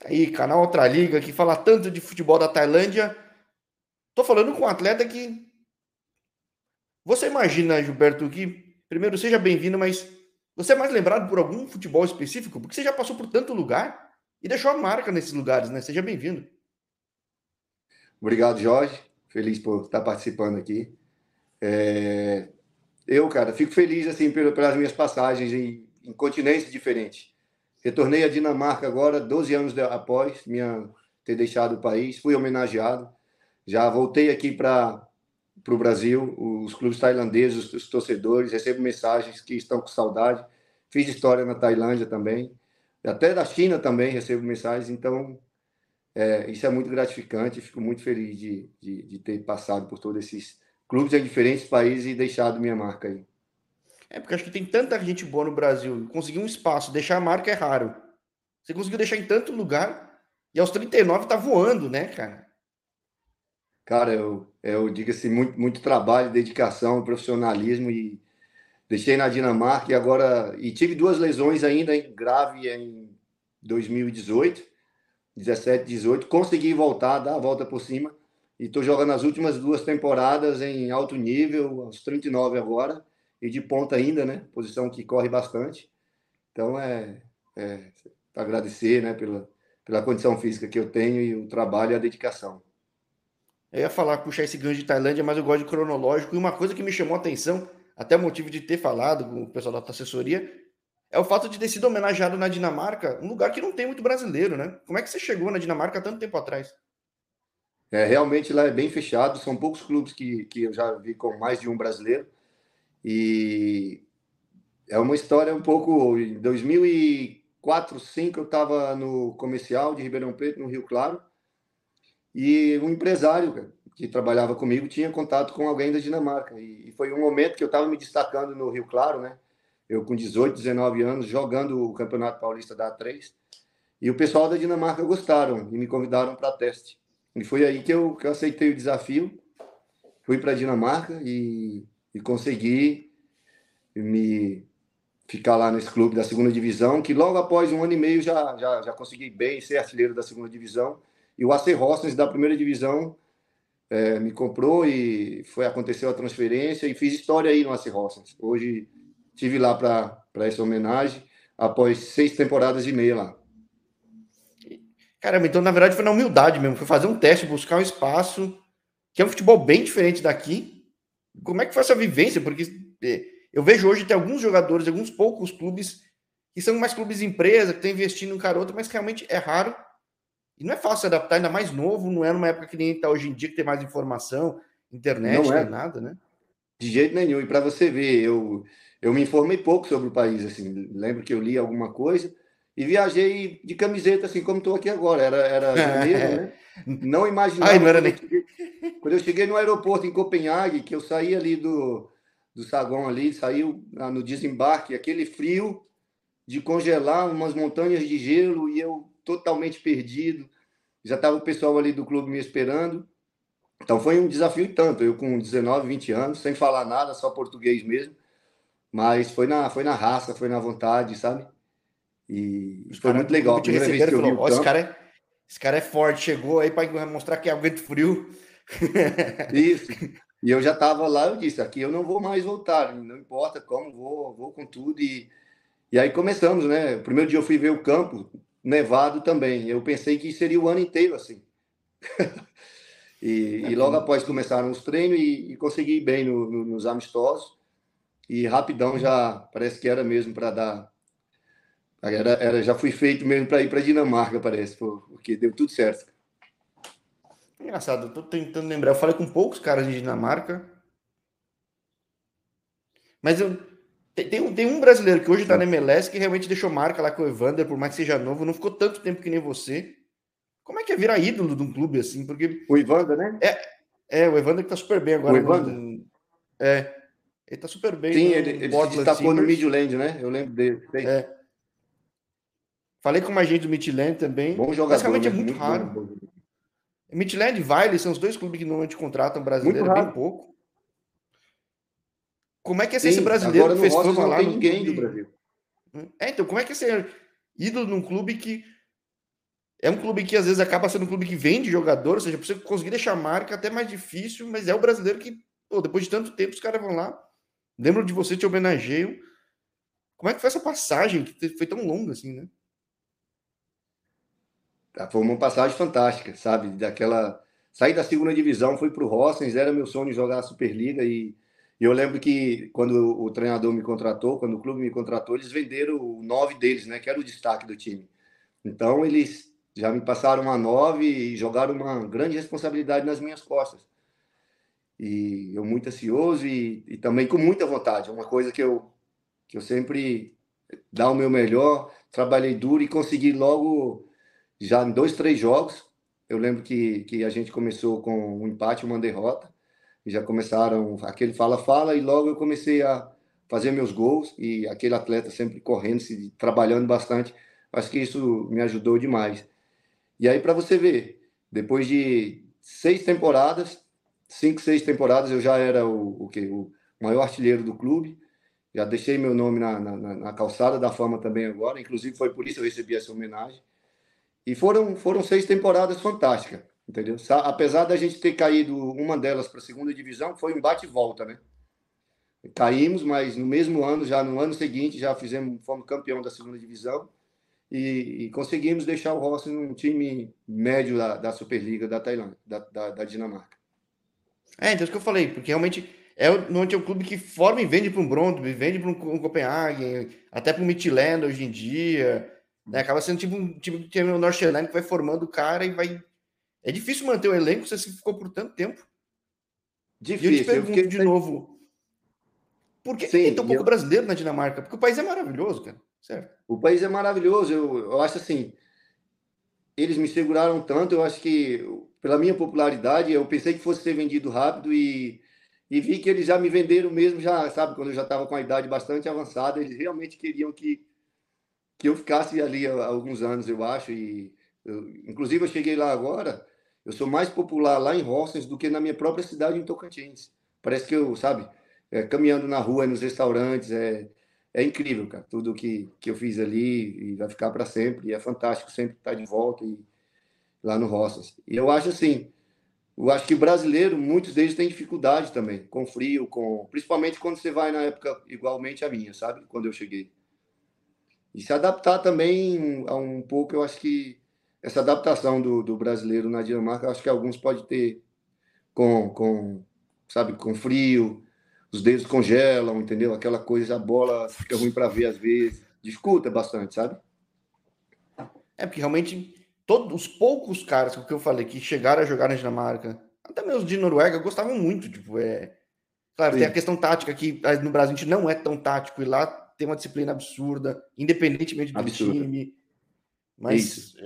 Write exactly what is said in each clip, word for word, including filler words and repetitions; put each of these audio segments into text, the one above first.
Aí, canal Outra Liga, que fala tanto de futebol da Tailândia. Tô falando com um atleta que você imagina, Gilberto, que primeiro seja bem-vindo, mas você é mais lembrado por algum futebol específico? Porque você já passou por tanto lugar e deixou a marca nesses lugares, né? Seja bem-vindo. Obrigado, Jorge. Feliz por estar participando aqui. É, Eu, cara, fico feliz assim pelas minhas passagens em, em continentes diferentes. Retornei à Dinamarca agora, doze anos após minha ter deixado o país, fui homenageado. Já voltei aqui para o Brasil, os clubes tailandeses, os torcedores, recebo mensagens que estão com saudade. Fiz história na Tailândia também, até da China também recebo mensagens, então é, isso é muito gratificante, fico muito feliz de, de, de ter passado por todos esses clubes em diferentes países e deixado minha marca aí. É porque acho que tem tanta gente boa no Brasil. Conseguir um espaço, deixar a marca é raro. Você conseguiu deixar em tanto lugar e aos trinta e nove tá voando, né, cara? Cara, eu, eu digo assim, muito, muito trabalho, dedicação, profissionalismo e deixei na Dinamarca e agora e tive duas lesões ainda em- grave em dois mil e dezoito, dezessete, dezoito, consegui voltar, dar a volta por cima e estou jogando as últimas duas temporadas em alto nível, aos trinta e nove agora e de ponta ainda, né? Posição que corre bastante. Então é, é agradecer, né, pela, pela condição física que eu tenho e o trabalho e a dedicação. Eu ia falar, puxar esse gancho de Tailândia, mas eu gosto de cronológico. E uma coisa que me chamou a atenção, até o motivo de ter falado com o pessoal da tua assessoria, é o fato de ter sido homenageado na Dinamarca, um lugar que não tem muito brasileiro, né? Como é que você chegou na Dinamarca há tanto tempo atrás? É, realmente lá é bem fechado, são poucos clubes que, que eu já vi com mais de um brasileiro. E é uma história um pouco. Em dois mil e quatro, dois mil e cinco, eu estava no comercial de Ribeirão Preto, no Rio Claro, e um empresário cara, que trabalhava comigo tinha contato com alguém da Dinamarca. E, e foi um momento que eu estava me destacando no Rio Claro, né? Eu com dezoito, dezenove anos, jogando o Campeonato Paulista da A três. E o pessoal da Dinamarca gostaram e me convidaram para teste. E foi aí que eu, que eu aceitei o desafio, fui para a Dinamarca e, e consegui me ficar lá nesse clube da segunda divisão, que logo após um ano e meio já, já, já consegui bem ser artilheiro da segunda divisão. E o A C Horsens da primeira divisão é, me comprou e foi aconteceu a transferência e fiz história aí no A C Horsens. Hoje tive lá para essa homenagem após seis temporadas e meia lá. Caramba, então na verdade foi na humildade mesmo, foi fazer um teste, buscar um espaço, que é um futebol bem diferente daqui. Como é que foi essa vivência? Porque é, eu vejo hoje tem alguns jogadores, alguns poucos clubes que são mais clubes empresa, que estão investindo em caroto, mas que realmente é raro. E não é fácil se adaptar, ainda mais novo, não é numa época que nem está hoje em dia, que tem mais informação, Não internet, tem é nada, né? de jeito nenhum. E para você ver, eu, eu me informei pouco sobre o país. Assim, lembro que eu li alguma coisa e viajei de camiseta, assim como estou aqui agora. Era, era janeiro, né? Não Ai, não imaginava era quando nem. eu cheguei, quando eu cheguei no aeroporto em Copenhague, que eu saí ali do, do saguão ali, saiu ah, no desembarque, aquele frio de congelar umas montanhas de gelo e eu totalmente perdido. Já estava o pessoal ali do clube me esperando. Então foi um desafio e tanto. Eu com dezenove, vinte anos, sem falar nada, só português mesmo. Mas foi na, foi na raça, foi na vontade, sabe? E, e Os foi caras muito do legal. clube A te primeira vez receberam que e eu vi falou: o Ó, esse campo. cara é, esse cara é forte, chegou aí para mostrar que aguenta frio. Isso. E eu já estava lá, eu disse, aqui eu não vou mais voltar, não importa como, vou, vou com tudo. E, e aí começamos, né? O primeiro dia eu fui ver o campo, nevado também. Eu pensei que seria o ano inteiro assim. E, É, e porque logo após começaram os treinos e, e consegui ir bem no, no, nos amistosos. E rapidão já parece que era mesmo para dar. Era, era, já fui feito mesmo para ir para Dinamarca, parece, porque deu tudo certo. engraçado, eu tô tentando lembrar. Eu falei com poucos caras de Dinamarca, mas eu tem, tem um, tem um brasileiro que hoje tá na M L S que realmente deixou marca lá com o Evander, por mais que seja novo, não ficou tanto tempo que nem você. Como é que é virar ídolo de um clube assim? Porque O Evander, né? é, é o Evander que tá super bem O agora no, Evander? no- é, ele tá super bem Sim, ele, no ele se Portland destacou no Timbers. Midland, né? Eu lembro dele. Sei. É, falei com uma gente do Midland também, Bom mas jogador, realmente é né? muito Muito bom. raro. Midland e Vile são os dois clubes que normalmente contratam Muito brasileiro, é bem raro. pouco. Como é que é ser esse Sim, brasileiro agora que no fez Rosses fama não lá tem no ninguém do clube? Brasil. É, então, como é que é ser ídolo num clube que é um clube que às vezes acaba sendo um clube que vende jogador, ou seja, para você conseguir deixar marca até mais difícil, mas é o brasileiro que, pô, depois de tanto tempo, os caras vão lá, lembram de você, te homenageiam. Como é que foi essa passagem que foi tão longa assim, né? Foi uma passagem fantástica, sabe? Daquela. Saí da segunda divisão, fui para o Horsens, era meu sonho jogar a Superliga e e eu lembro que quando o treinador me contratou, quando o clube me contratou, eles venderam o nove deles, né? Que era o destaque do time. Então eles já me passaram uma nove e jogaram uma grande responsabilidade nas minhas costas. E eu muito ansioso e, e também com muita vontade. É uma coisa que eu, que eu sempre dá o meu melhor, trabalhei duro e consegui logo, já em dois, três jogos. Eu lembro que, que a gente começou com um empate, uma derrota, e já começaram aquele fala-fala, e logo eu comecei a fazer meus gols, e aquele atleta sempre correndo, se trabalhando bastante. Acho que isso me ajudou demais. E aí, para você ver, depois de seis temporadas, cinco, seis temporadas, eu já era o, o, quê? O maior artilheiro do clube. Já deixei meu nome na, na, na calçada da fama também agora. Inclusive, foi por isso que eu recebi essa homenagem. E foram, foram seis temporadas fantásticas, entendeu? Apesar da gente ter caído uma delas para a segunda divisão, foi um bate e volta, né? Caímos, mas no mesmo ano, já no ano seguinte, já fizemos, fomos campeão da segunda divisão e, e conseguimos deixar o Rossi num time médio da, da Superliga da Tailândia, da, da, da Dinamarca. É, então é isso que eu falei, porque realmente é, normalmente é um clube que forma e vende para um Brøndby, vende para um, um Copenhagen, até para um Midtjylland hoje em dia, né? Acaba sendo tipo um time que tem o Nordsjælland que vai formando o cara e vai. É difícil manter o elenco se você ficou por tanto tempo. E eu te Difícil, eu pergunto fiquei. de novo, por que, que tem Sim, tão e pouco eu, brasileiro na Dinamarca? Porque o país é maravilhoso, cara. Certo. o país é maravilhoso. Eu, eu acho assim, eles me seguraram tanto, eu acho que, pela minha popularidade, eu pensei que fosse ser vendido rápido e, e vi que eles já me venderam mesmo, já, sabe, quando eu já estava com a idade bastante avançada, eles realmente queriam que, que eu ficasse ali há alguns anos, eu acho. E eu, inclusive, eu cheguei lá agora, eu sou mais popular lá em Horsens do que na minha própria cidade, em Tocantins. Parece que eu, sabe, é, caminhando na rua, nos restaurantes, é, é incrível, cara, tudo que, que eu fiz ali e vai ficar para sempre. E é fantástico sempre estar de volta e lá no Roças. E eu acho assim, eu acho que o brasileiro, muitos deles têm dificuldade também, com frio, com principalmente quando você vai na época igualmente a minha, sabe? Quando eu cheguei. E se adaptar também a um pouco, eu acho que essa adaptação do, do brasileiro na Dinamarca, eu acho que alguns pode ter com, com, sabe, com frio, os dedos congelam, entendeu? Aquela coisa, a bola fica ruim para ver às vezes. Dificulta bastante, sabe? É porque realmente todos os poucos caras que eu falei que chegaram a jogar na Dinamarca, até mesmo de Noruega, gostavam muito. Tipo, é, claro, tem a Sim, questão tática que no Brasil a gente não é tão tático e lá tem uma disciplina absurda, independentemente do absurdo. time. Isso. Mas.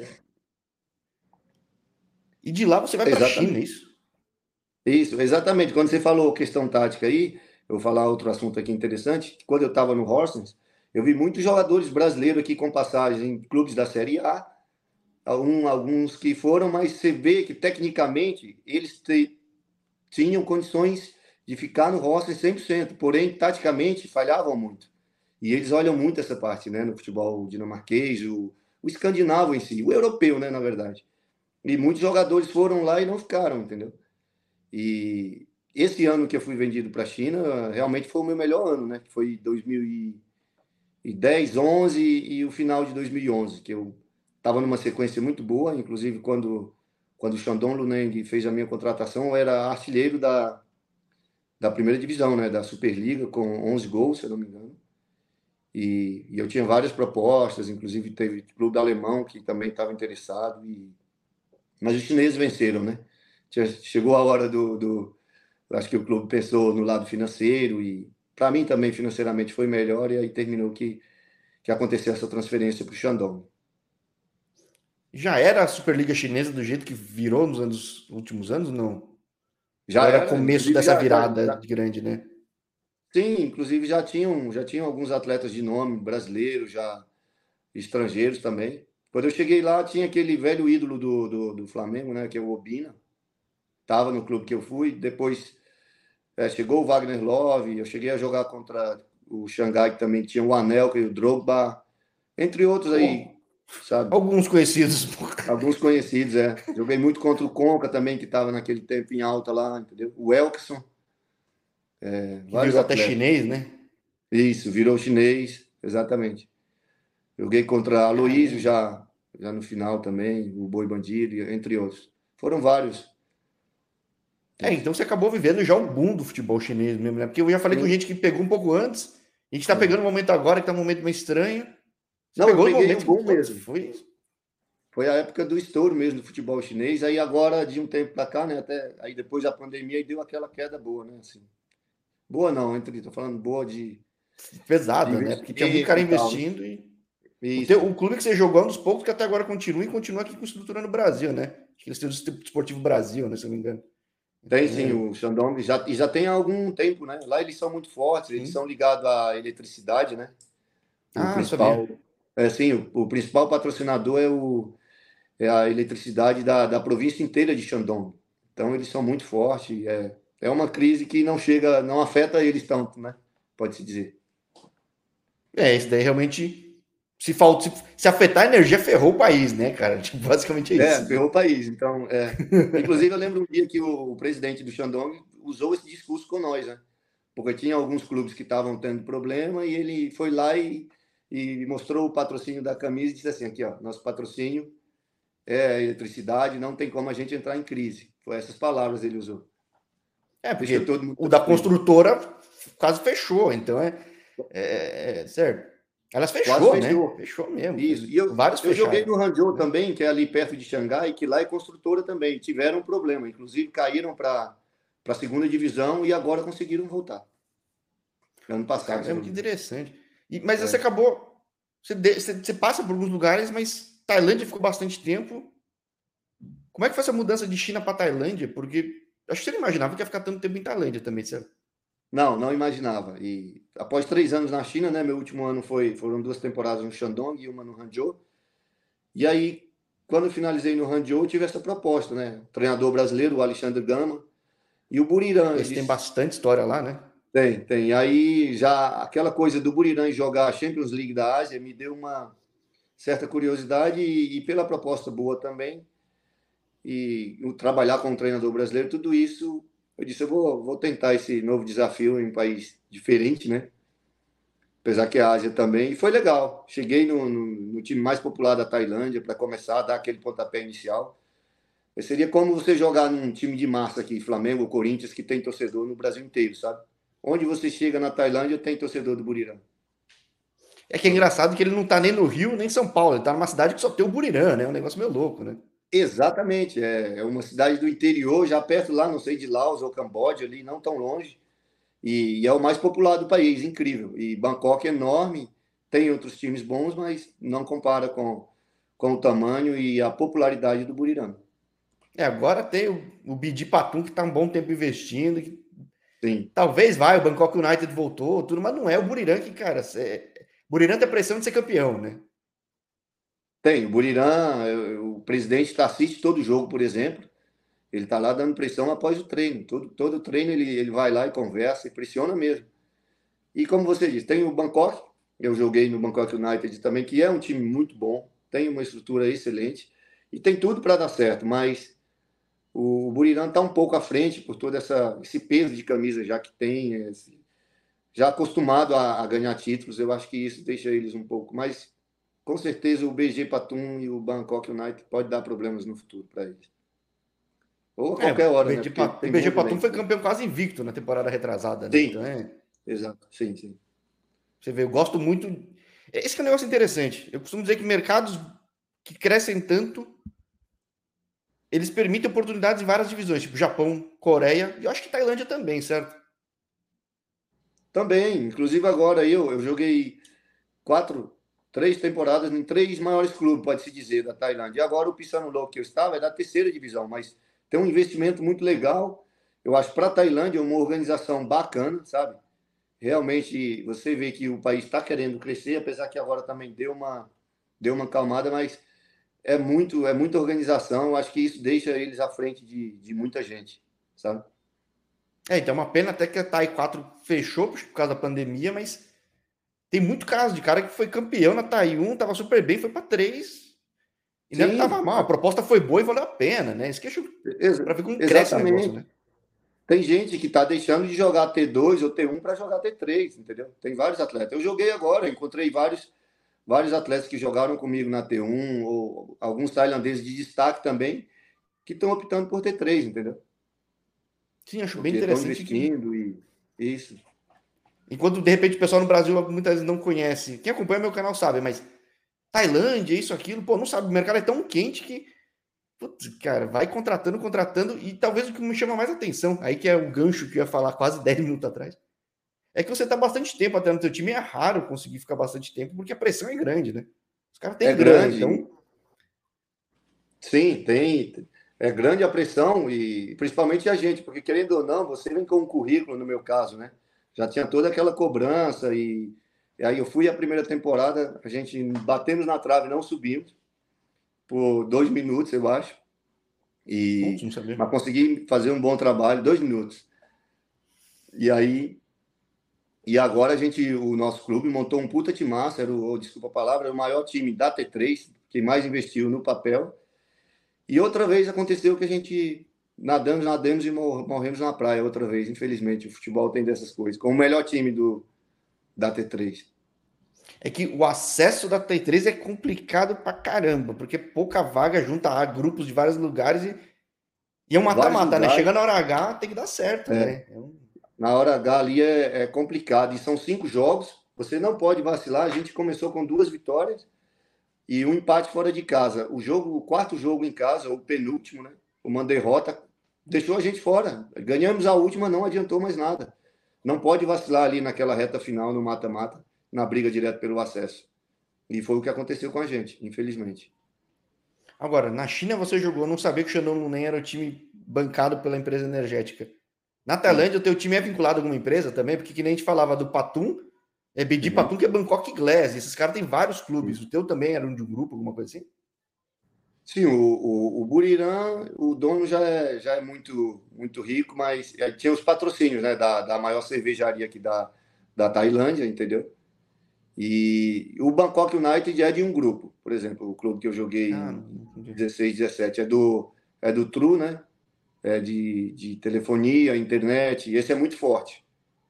E de lá você vai para a China, é Exatamente. isso? Isso, exatamente. Quando você falou questão tática aí, eu vou falar outro assunto aqui interessante. Quando eu estava no Horsens, eu vi muitos jogadores brasileiros aqui com passagem em clubes da Série A, algum- alguns que foram, mas você vê que tecnicamente eles te- tinham condições de ficar no Horsens cem por cento, porém, taticamente, falhavam muito. E eles olham muito essa parte, né, no futebol dinamarquês, o, o escandinavo em si, o europeu, né, na verdade. E muitos jogadores foram lá e não ficaram, entendeu? E esse ano que eu fui vendido para a China, realmente foi o meu melhor ano, né? Que foi dois mil e dez, onze e o final de dois mil e onze, que eu estava numa sequência muito boa, inclusive quando quando o Shandong Luneng fez a minha contratação, eu era artilheiro da, da primeira divisão, né, da Superliga, com onze gols, se eu não me engano. E, e eu tinha várias propostas, inclusive teve clube alemão que também estava interessado, e, mas os chineses venceram, né? Chegou a hora do, do Eu acho que o clube pensou no lado financeiro e, para mim também, financeiramente foi melhor. E aí terminou que, que aconteceu essa transferência para o Shandong. Já era a Superliga Chinesa do jeito que virou nos anos, últimos anos, não? Ou Já era era, começo inclusive dessa já, já, virada já- grande, né? sim, inclusive já tinham, já tinham alguns atletas de nome brasileiros, já estrangeiros também. Quando eu cheguei lá, tinha aquele velho ídolo do, do, do Flamengo, né, que é o Obina. Estava no clube que eu fui. Depois é, chegou o Wagner Love. Eu cheguei a jogar contra o Xangai, que também tinha o Anelka e o Drogba, entre outros Pô, aí. sabe? Alguns conhecidos. Alguns conhecidos, é. Joguei muito contra o Conca também, que estava naquele tempo em alta lá, entendeu? O Elkson, é, Que vários virou até atletas. chinês, né? Isso, virou chinês, exatamente. Joguei contra Aloísio Caramba. já, já no final também, o Boi Bandido, entre outros. Foram vários. É, então você acabou vivendo já o boom do futebol chinês mesmo, né? Porque eu já falei com Sim, gente que pegou um pouco antes, a gente tá é. pegando um momento agora que tá um momento meio estranho. Você Não, eu pegou no peguei o momento que, bom putz, mesmo. foi. Foi a época do estouro mesmo do futebol chinês. Aí agora, de um tempo para cá, né? Até aí depois da pandemia, aí deu aquela queda boa, né? Assim, boa não, entre, tô falando boa de, de Pesada, né? Porque tinha muito investimento cara e tal, né? investindo e o, teu, Isso. o clube que você jogou é um dos poucos que até agora continua e continua aqui com estrutura no Brasil, né? Acho que eles têm o Esportivo Brasil, né? Se eu não me engano. Tem Então sim, é. o Shandong já, e já tem há algum tempo, né? Lá eles são muito fortes, eles são Sim. ligados à eletricidade, né? O Ah, não sabia. principal, é sim, o, o principal patrocinador é, o, é a eletricidade da, da província inteira de Shandong. Então eles são muito fortes. É, é uma crise que não chega, não afeta eles tanto, né? Pode-se dizer. É, isso daí realmente. Se, falta, se, se afetar a energia, ferrou o país, né, cara? Tipo, basicamente é É, isso. ferrou o país. Então, é. Inclusive, eu lembro um dia que o, o presidente do Shandong usou esse discurso com nós, né? Porque tinha alguns clubes que estavam tendo problema e ele foi lá e, e mostrou o patrocínio da camisa e disse assim, aqui, ó, nosso patrocínio é eletricidade, não tem como a gente entrar em crise. Foi essas palavras que ele usou. É, Deixou porque todo mundo o da tranquilo. construtora quase fechou, então é, é, é certo. Elas Quase fechou, né? fechou. Fechou mesmo. Isso. E eu, Vários eu joguei fecharam, no Hangzhou né? também, que é ali perto de Xangai, que lá é construtora também. Tiveram um problema. Inclusive, caíram para a segunda divisão e agora conseguiram voltar. Ano passado, se eu Caramba, não que me engano. interessante. E, mas você É. acabou. Você, de- você, você passa por alguns lugares, mas Tailândia ficou bastante tempo. Como é que foi essa mudança de China para Tailândia? Porque acho que você não imaginava que ia ficar tanto tempo em Tailândia também, certo? Não, não imaginava. E após três anos na China, né? Meu último ano foi, foram duas temporadas no Shandong e uma no Hangzhou. E aí, quando eu finalizei no Hangzhou, eu tive essa proposta, né? O treinador brasileiro, o Alexandre Gama, e o Buriram, Esse tem eles bastante história lá, né? tem, tem. Aí já aquela coisa do Buriram jogar a Champions League da Ásia me deu uma certa curiosidade e, e pela proposta boa também, e o trabalhar com um treinador brasileiro, tudo isso, eu disse, eu vou, vou tentar esse novo desafio em um país diferente, né? Apesar que a Ásia também, e foi legal. Cheguei no, no, no time mais popular da Tailândia para começar a dar aquele pontapé inicial. Seria como você jogar num time de massa aqui, Flamengo ou Corinthians, que tem torcedor no Brasil inteiro, sabe? Onde você chega na Tailândia, tem torcedor do Buriram. É que é Então, engraçado que ele não tá nem no Rio, nem em São Paulo. Ele tá numa cidade que só tem o Burirã, né? É um negócio meio louco, né? exatamente, é, é uma cidade do interior, já perto lá, não sei, de Laos ou Camboja, ali, não tão longe, e, e é o mais popular do país, incrível. E Bangkok é enorme, tem outros times bons, mas não compara com, com o tamanho e a popularidade do Buriram. É, agora tem o, o Bidi Patum, que tá um bom tempo investindo. Que Sim, talvez vai, o Bangkok United voltou, tudo, mas não é o Buriram que, cara. Cê, Buriram tem a pressão de ser campeão, né? tem. O Buriram, o presidente tá, assiste todo jogo, por exemplo. Ele está lá dando pressão após o treino. Todo, todo treino ele, ele vai lá e conversa e pressiona mesmo. E como você disse, tem o Bangkok. Eu joguei no Bangkok United também, que é um time muito bom, tem uma estrutura excelente e tem tudo para dar certo, mas o Buriram está um pouco à frente por todo essa, esse peso de camisa já que tem, esse, já acostumado a, a, ganhar títulos. Eu acho que isso deixa eles um pouco, mas com certeza o B G Patum e o Bangkok United pode dar problemas no futuro para eles. Ou a É, qualquer o hora, né? BG, Porque o tem B G bons Patum elencos. foi Né? campeão quase invicto na temporada retrasada, né? Então Sim, é. exato. Sim, sim. Você vê, eu gosto muito. Esse que é um negócio interessante. Eu costumo dizer que mercados que crescem tanto, eles permitem oportunidades em várias divisões, tipo Japão, Coreia, e eu acho que Tailândia também, certo? Também, inclusive agora eu, eu joguei quatro, três temporadas em três maiores clubes, pode-se dizer, da Tailândia. E agora o Phitsanulok que eu estava é da terceira divisão, mas tem um investimento muito legal. Eu acho para a Tailândia uma organização bacana, sabe? Realmente você vê que o país está querendo crescer, apesar que agora também deu uma, deu uma calmada, mas é muito, é muita organização. Eu acho que isso deixa eles à frente de, de muita gente, sabe? É, então é uma pena até que a Tai quatro fechou por causa da pandemia, mas Tem muito caso de cara que foi campeão na T um, tava super bem, foi para três e não estava mal. A proposta foi boa e valeu a pena, né? Isso que eu para ver como cresce o negócio, né? Tem gente que está deixando de jogar T dois ou T um para jogar T três, entendeu? Tem vários atletas. Eu joguei agora, encontrei vários, vários atletas que jogaram comigo na T um, ou alguns tailandeses de destaque também, que estão optando por T três, entendeu? Sim, acho Porque bem interessante. Estão investindo que... e isso. Enquanto, de repente, o pessoal no Brasil muitas vezes não conhece. Quem acompanha meu canal sabe, mas Tailândia, isso, aquilo, pô, não sabe. O mercado é tão quente que, putz, cara, vai contratando, contratando. E talvez o que me chama mais atenção, aí que é o gancho que eu ia falar quase dez minutos atrás, é que você tá bastante tempo até no teu time. É raro conseguir ficar bastante tempo, porque a pressão é grande, né? Os caras têm é grana, grande. então... Sim, tem. É grande a pressão, e principalmente a gente, porque querendo ou não, você vem com um currículo, no meu caso, né? Já tinha toda aquela cobrança, e, e aí eu fui a primeira temporada, a gente batemos na trave, não subimos, por dois minutos, eu acho, Putz, e, não sabia. mas consegui fazer um bom trabalho, dois minutos. E aí, e agora a gente, o nosso clube montou um puta timaço, era o, desculpa a palavra, era o maior time da T três, que mais investiu no papel. E outra vez aconteceu que a gente nadamos, nadamos e morremos na praia outra vez, infelizmente. O futebol tem dessas coisas. Com o melhor time do, da T três. É que o acesso da T três é complicado pra caramba, porque pouca vaga junta a grupos de vários lugares e, e é um Vários mata-mata, né? Chega lugares. na hora H, tem que dar certo, É, né? É um... na hora H ali é, é complicado. E são cinco jogos. Você não pode vacilar. A gente começou com duas vitórias e um empate fora de casa. O jogo, o quarto jogo em casa, o penúltimo, né? Uma derrota, deixou a gente fora. Ganhamos a última, não adiantou mais nada. Não pode vacilar ali naquela reta final, no mata-mata, na briga direto pelo acesso. E foi o que aconteceu com a gente, infelizmente. Agora, na China você jogou, não sabia que o Shandong Luneng era o time bancado pela empresa energética. Na É. Tailândia, o teu time é vinculado a alguma empresa também? Porque que nem a gente falava do Patum, é B D Uhum. Patum, que é Bangkok Glass. Esses caras têm vários clubes. Sim, O teu também era um de um grupo, alguma coisa assim? Sim, o, o, o Buriram, o dono já é, já é muito, muito rico, mas é, tinha os patrocínios, né, da, da maior cervejaria aqui da, da Tailândia, entendeu? E o Bangkok United é de um grupo, por exemplo, o clube que eu joguei Ah, em não entendi. dezesseis, dezessete é do, é do True, né? É de, de telefonia, internet, e esse é muito forte.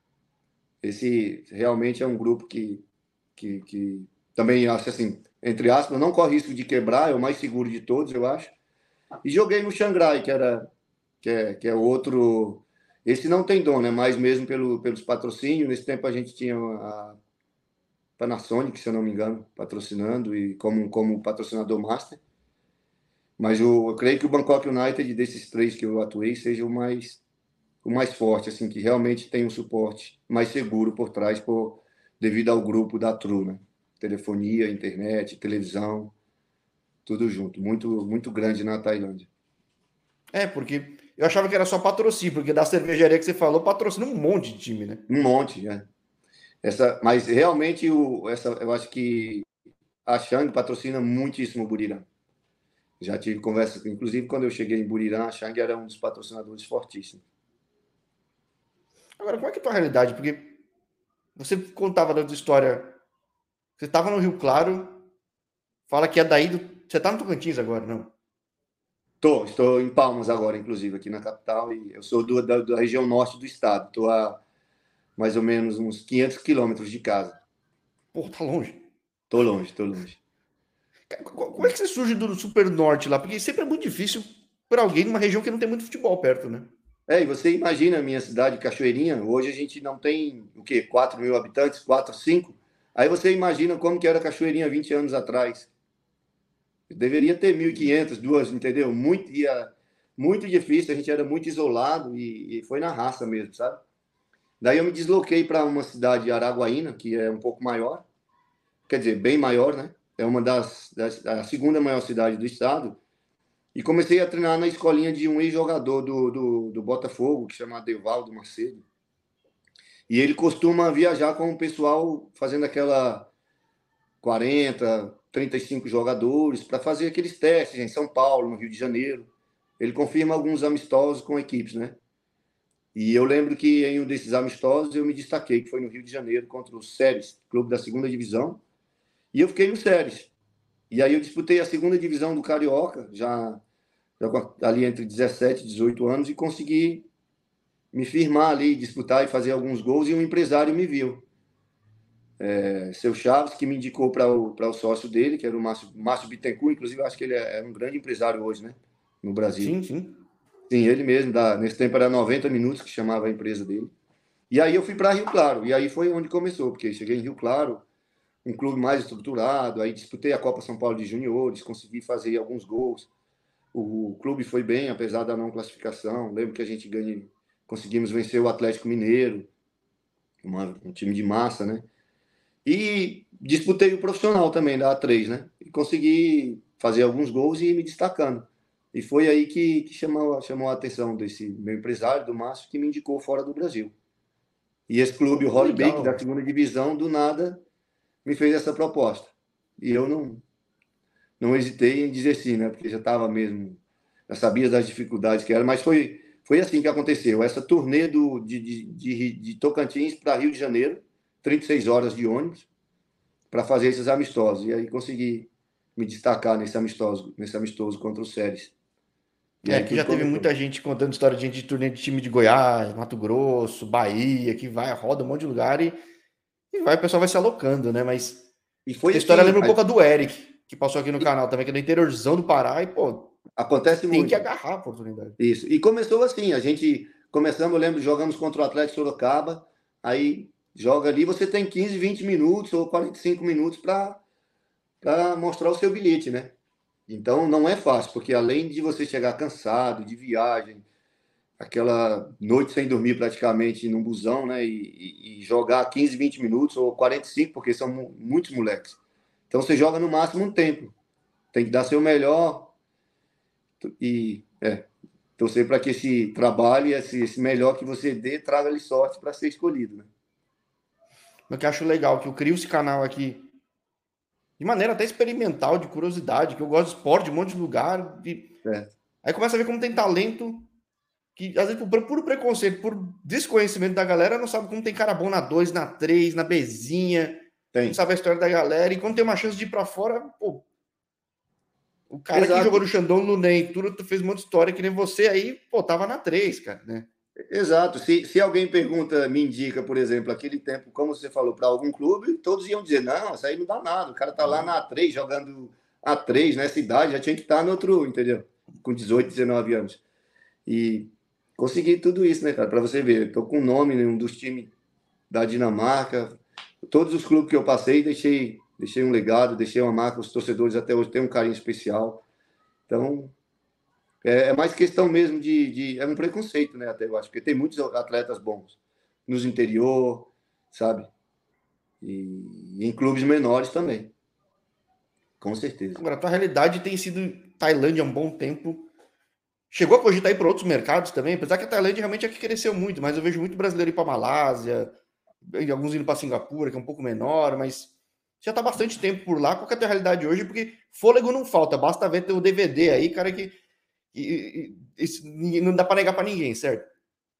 Esse realmente é um grupo que, que, que também acho assim, entre aspas, não corre risco de quebrar, é o mais seguro de todos, eu acho. E joguei no Xangrai, que era que é, que é outro. Esse não tem dono, é mais mesmo pelo, pelos patrocínios. Nesse tempo a gente tinha a Panasonic, se eu não me engano, patrocinando e como, como patrocinador master. Mas eu, eu creio que o Bangkok United, desses três que eu atuei, seja o mais, o mais forte, assim, que realmente tem um suporte mais seguro por trás, por, devido ao grupo da True, né? Telefonia, internet, televisão, tudo junto. Muito, muito grande na Tailândia. É, porque eu achava que era só patrocínio, porque da cervejaria que você falou, patrocina um monte de time, né? Um monte, né? Essa, mas realmente o, essa, eu acho que a Shang patrocina muitíssimo o Buriram. Já tive conversa, inclusive quando eu cheguei em Buriram, a Shang era um dos patrocinadores fortíssimos. Agora, como é que é a tua realidade? Porque você contava da tua história, você estava no Rio Claro, fala que é daí do... Você tá no Tocantins agora, não? Tô, estou em Palmas agora, inclusive, aqui na capital, e eu sou do, da, da região norte do estado. Estou a mais ou menos uns quinhentos quilômetros de casa. Pô, tá longe. Estou longe, estou longe. Como é que você surge do Super Norte lá? Porque sempre é muito difícil para alguém numa região que não tem muito futebol perto, né? É, e você imagina a minha cidade, Cachoeirinha, hoje a gente não tem, o quê? quatro mil habitantes, quatro, cinco. Aí você imagina como que era Cachoeirinha vinte anos atrás. Deveria ter mil e quinhentos, duas, entendeu? Muito, ia, muito difícil, a gente era muito isolado e, e foi na raça mesmo, sabe? Daí eu me desloquei para uma cidade de Araguaína, que é um pouco maior, quer dizer, bem maior, né? É uma das, das a segunda maior cidade do estado. E comecei a treinar na escolinha de um ex-jogador do, do, do Botafogo, que chama Adevaldo Macedo. E ele costuma viajar com o pessoal fazendo aquela quarenta, trinta e cinco jogadores para fazer aqueles testes em São Paulo, no Rio de Janeiro. Ele confirma alguns amistosos com equipes, né? E eu lembro que em um desses amistosos eu me destaquei, que foi no Rio de Janeiro, contra o Séries, clube da segunda divisão, e eu fiquei no Séries. E aí eu disputei a segunda divisão do Carioca, já, já ali entre dezessete e dezoito anos, e consegui me firmar ali, disputar e fazer alguns gols, e um empresário me viu. É, seu Chaves, que me indicou para o, para o sócio dele, que era o Márcio, Márcio Bittencourt, inclusive eu acho que ele é, é um grande empresário hoje, né, no Brasil. Sim, sim. Sim, ele mesmo, da, nesse tempo era noventa minutos que chamava a empresa dele. E aí eu fui para Rio Claro, e aí foi onde começou, porque cheguei em Rio Claro, um clube mais estruturado, aí disputei a Copa São Paulo de Juniores, consegui fazer alguns gols. O, o clube foi bem, apesar da não classificação. Lembro que a gente ganhe, conseguimos vencer o Atlético Mineiro, uma, um time de massa, né? E disputei o profissional também, da A três, né? E consegui fazer alguns gols e ir me destacando. E foi aí que, que chamou, chamou a atenção desse meu empresário, do Márcio, que me indicou fora do Brasil. E esse clube, Pô, o que Hollybeck, legal, da velho. segunda divisão, do nada, me fez essa proposta. E eu não, não hesitei em dizer sim, né? Porque já estava mesmo, já sabia das dificuldades que era, mas foi, foi assim que aconteceu. Essa turnê do, de, de, de, de Tocantins para Rio de Janeiro, trinta e seis horas de ônibus, para fazer esses amistosos. E aí consegui me destacar nesse amistoso, nesse amistoso contra o Séries. E É, aí que tudo já teve começou. muita gente contando história de gente de turnê de time de Goiás, Mato Grosso, Bahia, que vai, roda um monte de lugar e, e vai, o pessoal vai se alocando, né? Mas E foi essa história assim, lembra um pouco a do Eric, que passou aqui no canal também, que é do interiorzão do Pará, e, pô, acontece tem que muito. agarrar a oportunidade. Isso. E começou assim, a gente começamos, eu lembro, jogamos contra o Atlético Sorocaba, aí joga ali, você tem quinze, vinte minutos ou quarenta e cinco minutos para mostrar o seu bilhete, né? Então não é fácil, porque além de você chegar cansado de viagem, aquela noite sem dormir praticamente num busão, né? E, e, e jogar quinze, vinte minutos ou quarenta e cinco, porque são mu- muitos moleques. Então você joga no máximo um tempo. Tem que dar seu melhor e é, torcer para que esse trabalho, esse, esse melhor que você dê, traga-lhe sorte para ser escolhido, né? Mas que eu acho legal, que eu crio esse canal aqui de maneira até experimental, de curiosidade, que eu gosto de esporte, de um monte de lugar, e É. aí começa a ver como tem talento que, às vezes, por puro preconceito, por desconhecimento da galera, não sabe como tem cara bom na dois, na três, na Bezinha, não Tem. sabe a história da galera, e quando tem uma chance de ir pra fora, pô, o cara que jogou Exato. no Xandão, no Ney, tudo, tu fez uma história que nem você aí, pô, tava na três, cara, né? Exato. Se, se alguém pergunta, me indica, por exemplo, aquele tempo, como você falou, para algum clube, todos iam dizer, não, isso aí não dá nada. O cara tá lá na A três, jogando A três nessa idade, já tinha que estar no outro, entendeu? Com dezoito, dezenove anos. E consegui tudo isso, né, cara? Para você ver, estou com o nome em um dos times da Dinamarca. Todos os clubes que eu passei, deixei, deixei um legado, deixei uma marca. Os torcedores até hoje têm um carinho especial. Então, é, é mais questão mesmo de, de. É um preconceito, né? Até eu acho, porque tem muitos atletas bons nos interior, sabe? E, e em clubes menores também, com certeza. Agora, a tua realidade tem sido Tailândia há um bom tempo. Chegou a cogitar ir para outros mercados também, apesar que a Tailândia realmente é que cresceu muito, mas eu vejo muito brasileiro ir para Malásia, alguns indo para Singapura, que é um pouco menor, mas já está bastante tempo por lá. Qual que é a tua realidade hoje? Porque fôlego não falta, basta ver teu D V D aí, cara, que, que isso não dá para negar para ninguém, certo?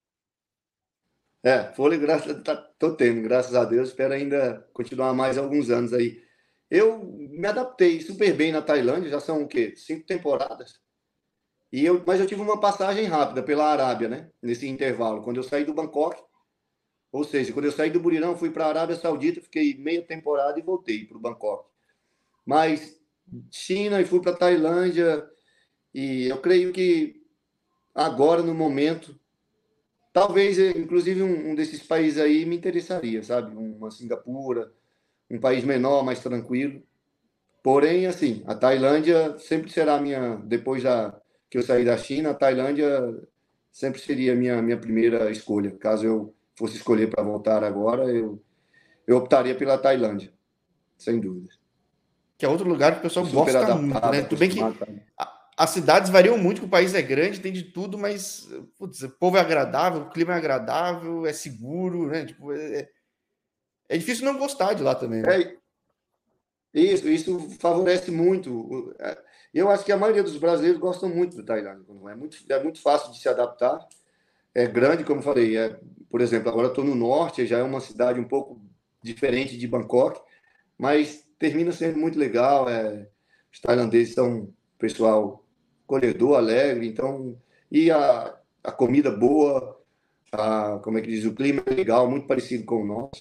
É, fôlego, graças, tá, tô tendo, graças a Deus. Espero ainda continuar mais alguns anos aí. Eu me adaptei super bem na Tailândia, já são o quê? Cinco temporadas. E eu, mas eu tive uma passagem rápida pela Arábia, né? Nesse intervalo. Quando eu saí do Bangkok, ou seja, quando eu saí do Burirão, fui para a Arábia Saudita, fiquei meia temporada e voltei para o Bangkok. Mas China e fui para Tailândia, e eu creio que agora, no momento, talvez, eh, inclusive, um, um desses países aí me interessaria, sabe? Uma Singapura, um país menor, mais tranquilo. Porém, assim, a Tailândia sempre será a minha, depois da, que eu sair da China, a Tailândia sempre seria a minha, minha primeira escolha. Caso eu fosse escolher para voltar agora, eu, eu optaria pela Tailândia, sem dúvida. Que é outro lugar que o pessoal Super gosta muito, adaptado, né? Tudo bem que acostumado. Tá? a- as cidades variam muito, que o país é grande, tem de tudo, mas putz, o povo é agradável, o clima é agradável, é seguro, né? Tipo, é, é difícil não gostar de lá também, né? É, isso, isso favorece muito. Eu acho que a maioria dos brasileiros gostam muito do Tailândia. É muito, é muito fácil de se adaptar. é grande, como eu falei. É, por exemplo, agora eu estou no norte, já é uma cidade um pouco diferente de Bangkok, mas termina sendo muito legal. É, os tailandeses são um pessoal acolhedor, alegre, então, e a, a comida boa, a, como é que diz, o clima é legal, muito parecido com o nosso.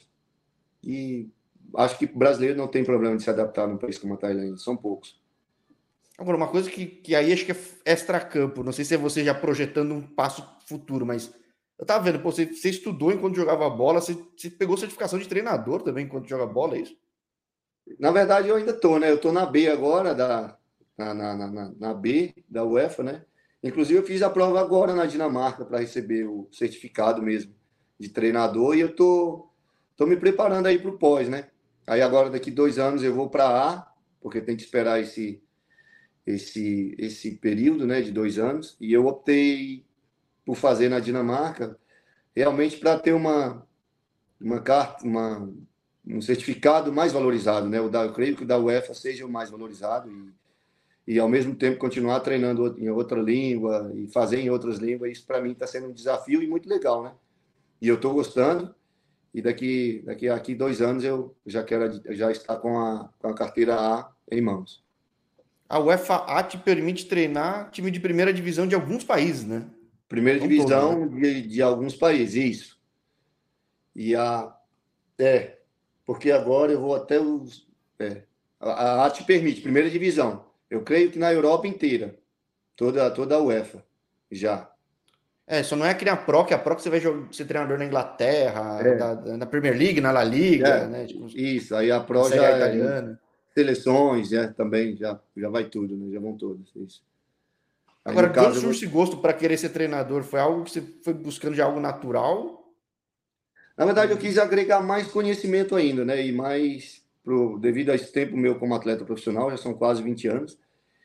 E acho que o brasileiro não tem problema de se adaptar num país como a Tailândia, são poucos. Agora, uma coisa que, que aí acho que é extra-campo, não sei se é você já projetando um passo futuro, mas eu tava vendo, pô, você, você estudou enquanto jogava bola, você, você pegou certificação de treinador também enquanto joga bola, é isso? Na verdade, eu ainda estou, né? Eu estou na B agora, da, na, na, na, na B da UEFA, né? Inclusive, eu fiz a prova agora na Dinamarca para receber o certificado mesmo de treinador e eu tô, tô me preparando aí para o pós, né? Aí agora, daqui dois anos, eu vou para A, porque tem que esperar esse, esse, esse período, né, de dois anos, e eu optei por fazer na Dinamarca realmente para ter uma, uma carta, uma, um certificado mais valorizado, né? O da, eu creio que o da UEFA seja o mais valorizado e, e ao mesmo tempo continuar treinando em outra língua e fazer em outras línguas. Isso para mim está sendo um desafio e muito legal, né? E eu estou gostando. E daqui, daqui a aqui dois anos eu já quero já estar com a, com a carteira A em mãos. A UEFA A te permite treinar time de primeira divisão de alguns países, né? Primeira Não todos, né? divisão de, de alguns países, isso. E a é, porque agora eu vou até os. É, a, a te permite, primeira divisão. Eu creio que na Europa inteira, toda, toda a UEFA, já. É, só não é que nem a Pro, que a Pro que você vai jogar, ser treinador na Inglaterra, É, da, da- na Premier League, na La Liga, é, né? Tipo, isso. Aí a na Pro Série A já é italiana. seleções, é, também, já, já vai tudo, né? Já vão todos. Isso. Aí Agora, no de onde caso eu vou. surge esse gosto para querer ser treinador? Foi algo que você foi buscando de algo natural? Na verdade, eu quis agregar mais conhecimento ainda, né? E mais, pro, devido a esse tempo meu como atleta profissional, já são quase vinte anos.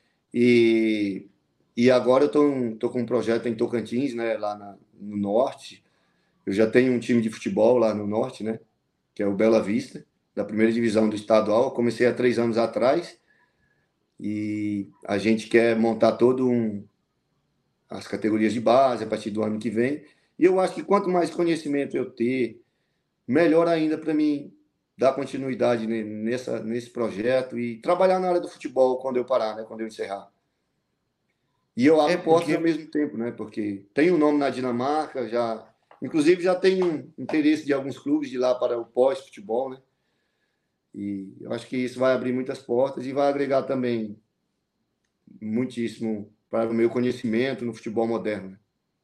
E, e agora eu tô, tô com um projeto em Tocantins, né? Lá na, no norte. Eu já tenho um time de futebol lá no norte, né? Que é o Bela Vista, da primeira divisão do estadual. Eu comecei há três anos atrás e a gente quer montar todo um as categorias de base a partir do ano que vem. E eu acho que quanto mais conhecimento eu ter, melhor ainda para mim dar continuidade nessa, nesse projeto e trabalhar na área do futebol quando eu parar, né? Quando eu encerrar. E eu É abro portas porque ao mesmo tempo, né? Porque tem um nome na Dinamarca, já, inclusive já tem um interesse de alguns clubes de lá para o pós-futebol, né? E eu acho que isso vai abrir muitas portas e vai agregar também muitíssimo para o meu conhecimento no futebol moderno.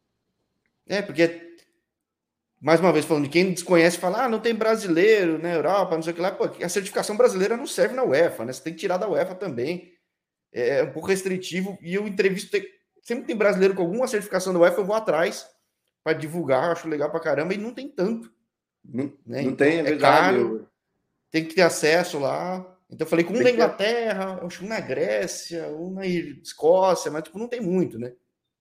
é porque mais uma vez falando de quem desconhece, fala, ah, não tem brasileiro na Europa, não sei o que lá. Pô, a certificação brasileira não serve na UEFA, né? Você tem que tirar da UEFA também. É um pouco restritivo. E eu entrevisto, sempre tem brasileiro com alguma certificação da UEFA, eu vou atrás para divulgar, acho legal pra caramba, e não tem tanto, Não, né? não tem, Então é é verdade. caro, Eu, tem que ter acesso lá. Então eu falei com um tem da que ter. Inglaterra, acho que um na Grécia, um na Escócia, mas tipo, não tem muito, né?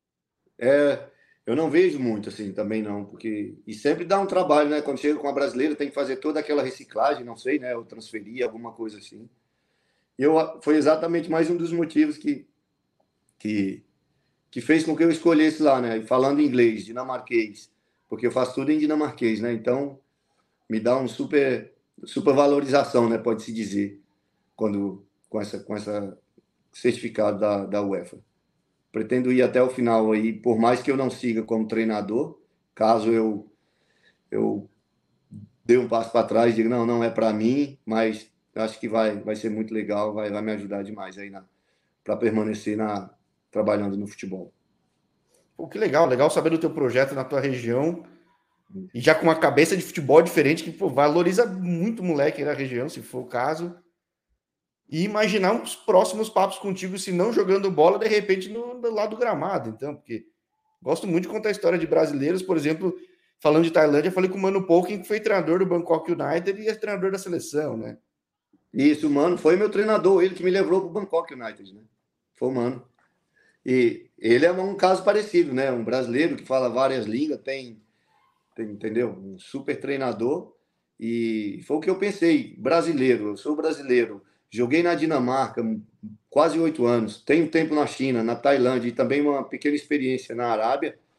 É, eu não vejo muito assim também não, porque e sempre dá um trabalho, né? Quando chega com a brasileira tem que fazer toda aquela reciclagem, não sei, né? Ou transferir alguma coisa assim. E eu foi exatamente mais um dos motivos que que que fez com que eu escolhesse lá, né? Falando inglês, dinamarquês, porque eu faço tudo em dinamarquês, né? Então me dá um super super valorização, né? Pode se dizer quando com essa com essa certificado da da UEFA. Pretendo ir até o final aí, por mais que eu não siga como treinador, caso eu eu dê um passo para trás, diga não, não é para mim, mas acho que vai vai ser muito legal, vai vai me ajudar demais aí na para permanecer na trabalhando no futebol. Pô, que legal, legal saber do teu projeto na tua região. E já com uma cabeça de futebol diferente, que pô, valoriza muito o moleque aí da região, se for o caso. E imaginar uns próximos papos contigo, se não jogando bola, de repente no, no lado do gramado. Então, porque gosto muito de contar a história de brasileiros, por exemplo, falando de Tailândia, falei com o Mano Pouquin, que foi treinador do Bangkok United e é treinador da seleção, né? Isso, mano, foi meu treinador, ele que me levou para o Bangkok United, né? Foi o mano. E ele é um caso parecido, né? Um brasileiro que fala várias línguas, tem, tem entendeu? Um super treinador. E foi o que eu pensei, brasileiro, eu sou brasileiro, joguei na Dinamarca quase oito anos, tenho tempo na China, na Tailândia e também uma pequena experiência na Arábia.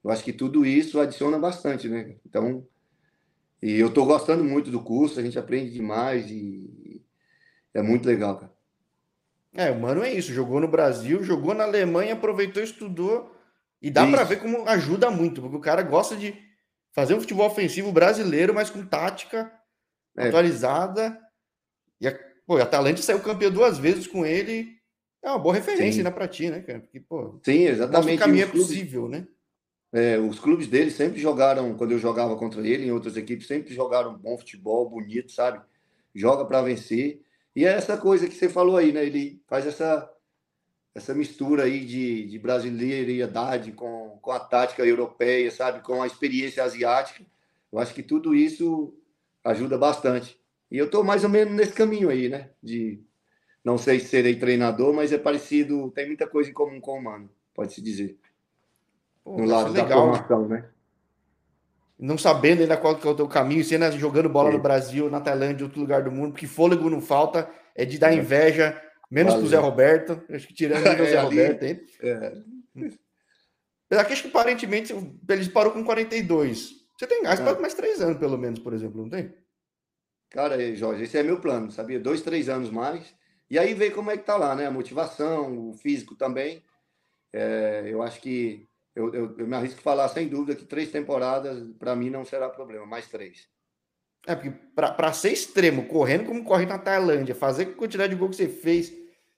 Eu acho que tudo isso adiciona bastante, né? Então, e eu estou gostando muito do curso, a gente aprende demais e é muito legal, cara. É, o Mano é isso, jogou no Brasil, jogou na Alemanha, aproveitou, estudou, e dá para ver Isso, como ajuda muito, porque o cara gosta de fazer um futebol ofensivo brasileiro, mas com tática é, atualizada. E a, pô, a Atalanta saiu campeão duas vezes com ele. É uma boa referência ainda sim, para ti, né, cara? Porque, pô, sim, mostra que o exatamente. E caminho os é clubes, possível, né? é, os clubes dele sempre jogaram, quando eu jogava contra ele, em outras equipes, sempre jogaram bom futebol, bonito, sabe? Joga para vencer. E é essa coisa que você falou aí, né? Ele faz essa, essa mistura aí de, de brasileiridade com, com a tática europeia, sabe? Com a experiência asiática. Eu acho que tudo isso ajuda bastante. E eu estou mais ou menos nesse caminho aí, né? De não sei se serei treinador, mas é parecido, tem muita coisa em comum com o Mano, pode-se dizer, Pô, no vai ser lado da legal. formação, né? Não sabendo ainda qual que é o teu caminho, sendo jogando bola no É, Brasil, na Tailândia, em outro lugar do mundo, porque fôlego não falta, é de dar é, inveja, menos pro Zé valeu. Roberto. Acho que tirando nível Zé É, Roberto ali, aí. é, Apesar que acho que aparentemente ele parou com quarenta e dois. Você tem gás para é. mais três anos, pelo menos, por exemplo, não tem? Cara, é, Jorge, esse é meu plano, sabia? Dois, três anos mais. E aí ver como é que tá lá, né? A motivação, o físico também. É, eu acho que eu, eu, eu me arrisco a falar sem dúvida que três temporadas para mim não será problema, mais três. É, porque para ser extremo, correndo como corre na Tailândia, fazer a quantidade de gol que você fez,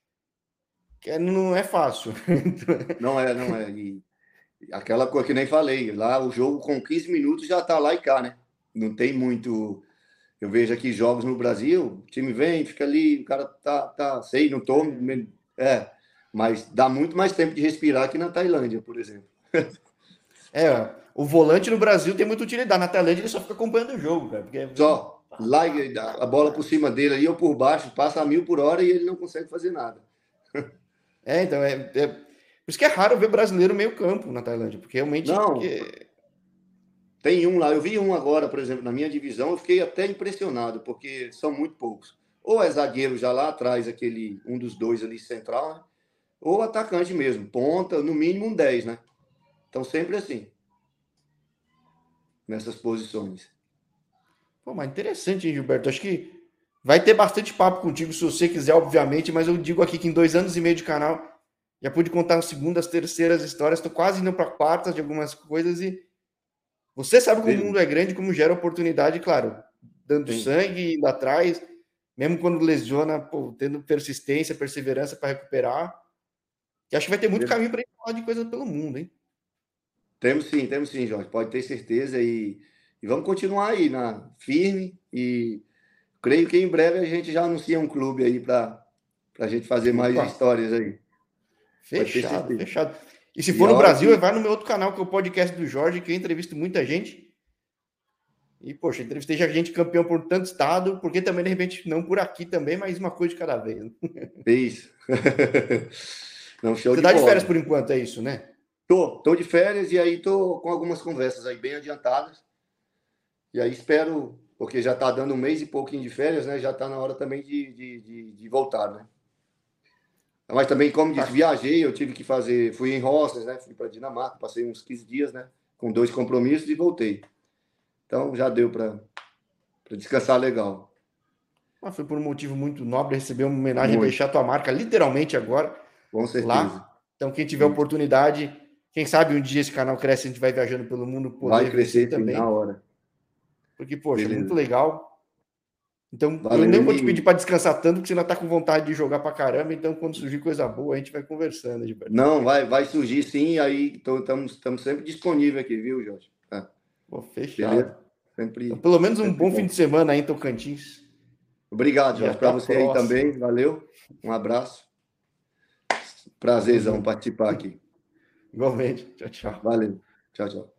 que é- não é fácil. Não é, não é. E aquela coisa que nem falei, lá o jogo com quinze minutos já tá lá e cá, né? Não tem muito. Eu vejo aqui jogos no Brasil, o time vem, fica ali, o cara tá, tá, sei, não tô, é, mas dá muito mais tempo de respirar que na Tailândia, por exemplo. É, o volante no Brasil tem muita utilidade. Na Tailândia ele só fica acompanhando o jogo, cara. Porque... Só, lá a bola por cima dele ali ou por baixo, passa a mil por hora e ele não consegue fazer nada. É, então, é, é... Por isso que é raro ver brasileiro meio campo na Tailândia, porque realmente... Não, Que... tem um lá, eu vi um agora, por exemplo, na minha divisão, eu fiquei até impressionado, porque são muito poucos. Ou é zagueiro já lá atrás, aquele, um dos dois ali central, né? Ou atacante mesmo, ponta, no mínimo um dez, né? Então sempre assim, nessas posições. Pô, mas interessante, hein, Gilberto? Acho que vai ter bastante papo contigo, se você quiser, obviamente, mas eu digo aqui que em dois anos e meio de canal já pude contar segundas, terceiras histórias, estou quase indo para quartas de algumas coisas e você sabe como o Beleza. mundo é grande, como gera oportunidade, claro, dando Sim. sangue, indo atrás, mesmo quando lesiona, pô, tendo persistência, perseverança para recuperar. E acho que vai ter muito caminho para falar de coisas pelo mundo, hein? Temos sim, temos sim, Jorge. Pode ter certeza. E, e vamos continuar aí, na, firme. E creio que em breve a gente já anuncia um clube aí para a gente fazer mais Opa, histórias aí. Pode ter fechado, certeza. fechado. E se E for a no hora Brasil, que. vai no meu outro canal, que é o podcast do Jorge, que eu entrevisto muita gente. E, poxa, entrevistei já gente campeão por tanto estado, porque também, de repente, não por aqui também, mas uma coisa de cada vez. Né? Isso. Não, show Você de dá de férias bola. por enquanto, é isso, né? Tô, tô de férias e aí tô com algumas conversas aí bem adiantadas. E aí espero, porque já tá dando um mês e pouquinho de férias, né? Já tá na hora também de, de, de, de voltar, né? Mas também, como disse, Tá. viajei, eu tive que fazer, fui em roças, né? Fui para Dinamarca, passei uns quinze dias, né? Com dois compromissos e voltei. Então já deu para descansar legal. Mas foi por um motivo muito nobre receber uma homenagem, Muito, deixar tua marca literalmente agora com certeza. lá. Então, quem tiver Isso. oportunidade, quem sabe um dia esse canal cresce, a gente vai viajando pelo mundo, Vai poder ver você crescer sim, na também. hora. Porque, poxa, é muito Beleza. legal. Então, eu Valeu. nem vou te pedir E para descansar tanto, porque você ainda tá com vontade de jogar para caramba. Então, quando surgir coisa boa, a gente vai conversando, Gilberto. não, vai, vai surgir sim, e aí estamos sempre disponíveis aqui, viu, Jorge? Tá. Pô, Beleza? fechado. Então, Sempre, pelo menos um sempre bom fim bom. de semana aí em Tocantins. Obrigado, E Jorge, até para a você aí próxima. também. Valeu. Um abraço. Tamo Prazerzão junto. participar aqui. Igualmente. Tchau, tchau. Valeu. Tchau, tchau.